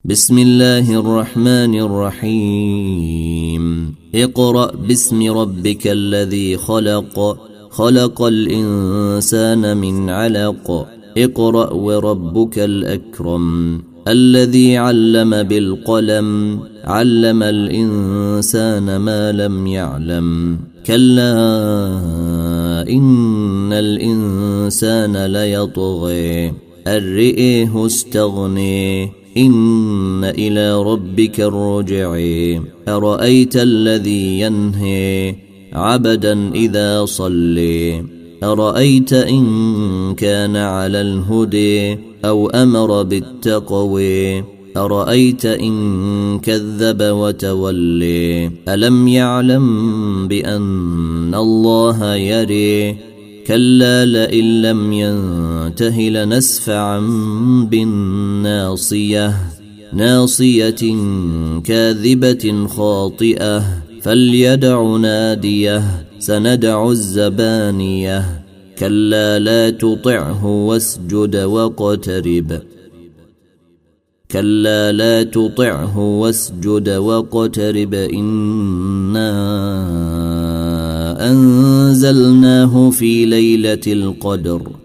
بسم الله الرحمن الرحيم اقرأ باسم ربك الذي خلق خلق الإنسان من علق اقرأ وربك الأكرم الذي علم بالقلم علم الإنسان ما لم يعلم كلا إن الإنسان ليطغي أن رئيه استغني إن إلى ربك الرجع أرأيت الذي ينهي عبدا إذا صلي أرأيت إن كان على الهدي أو أمر بالتقوي أرأيت إن كذب وتولي ألم يعلم بأن الله يري كلا لئن لم ينته لنسفعا بالناصية ناصية كاذبة خاطئة فليدع ناديه سندع الزبانية كلا لا تطعه واسجد واقترب كلا لا تطعه واسجد واقترب إنا أنزلناه في ليلة القدر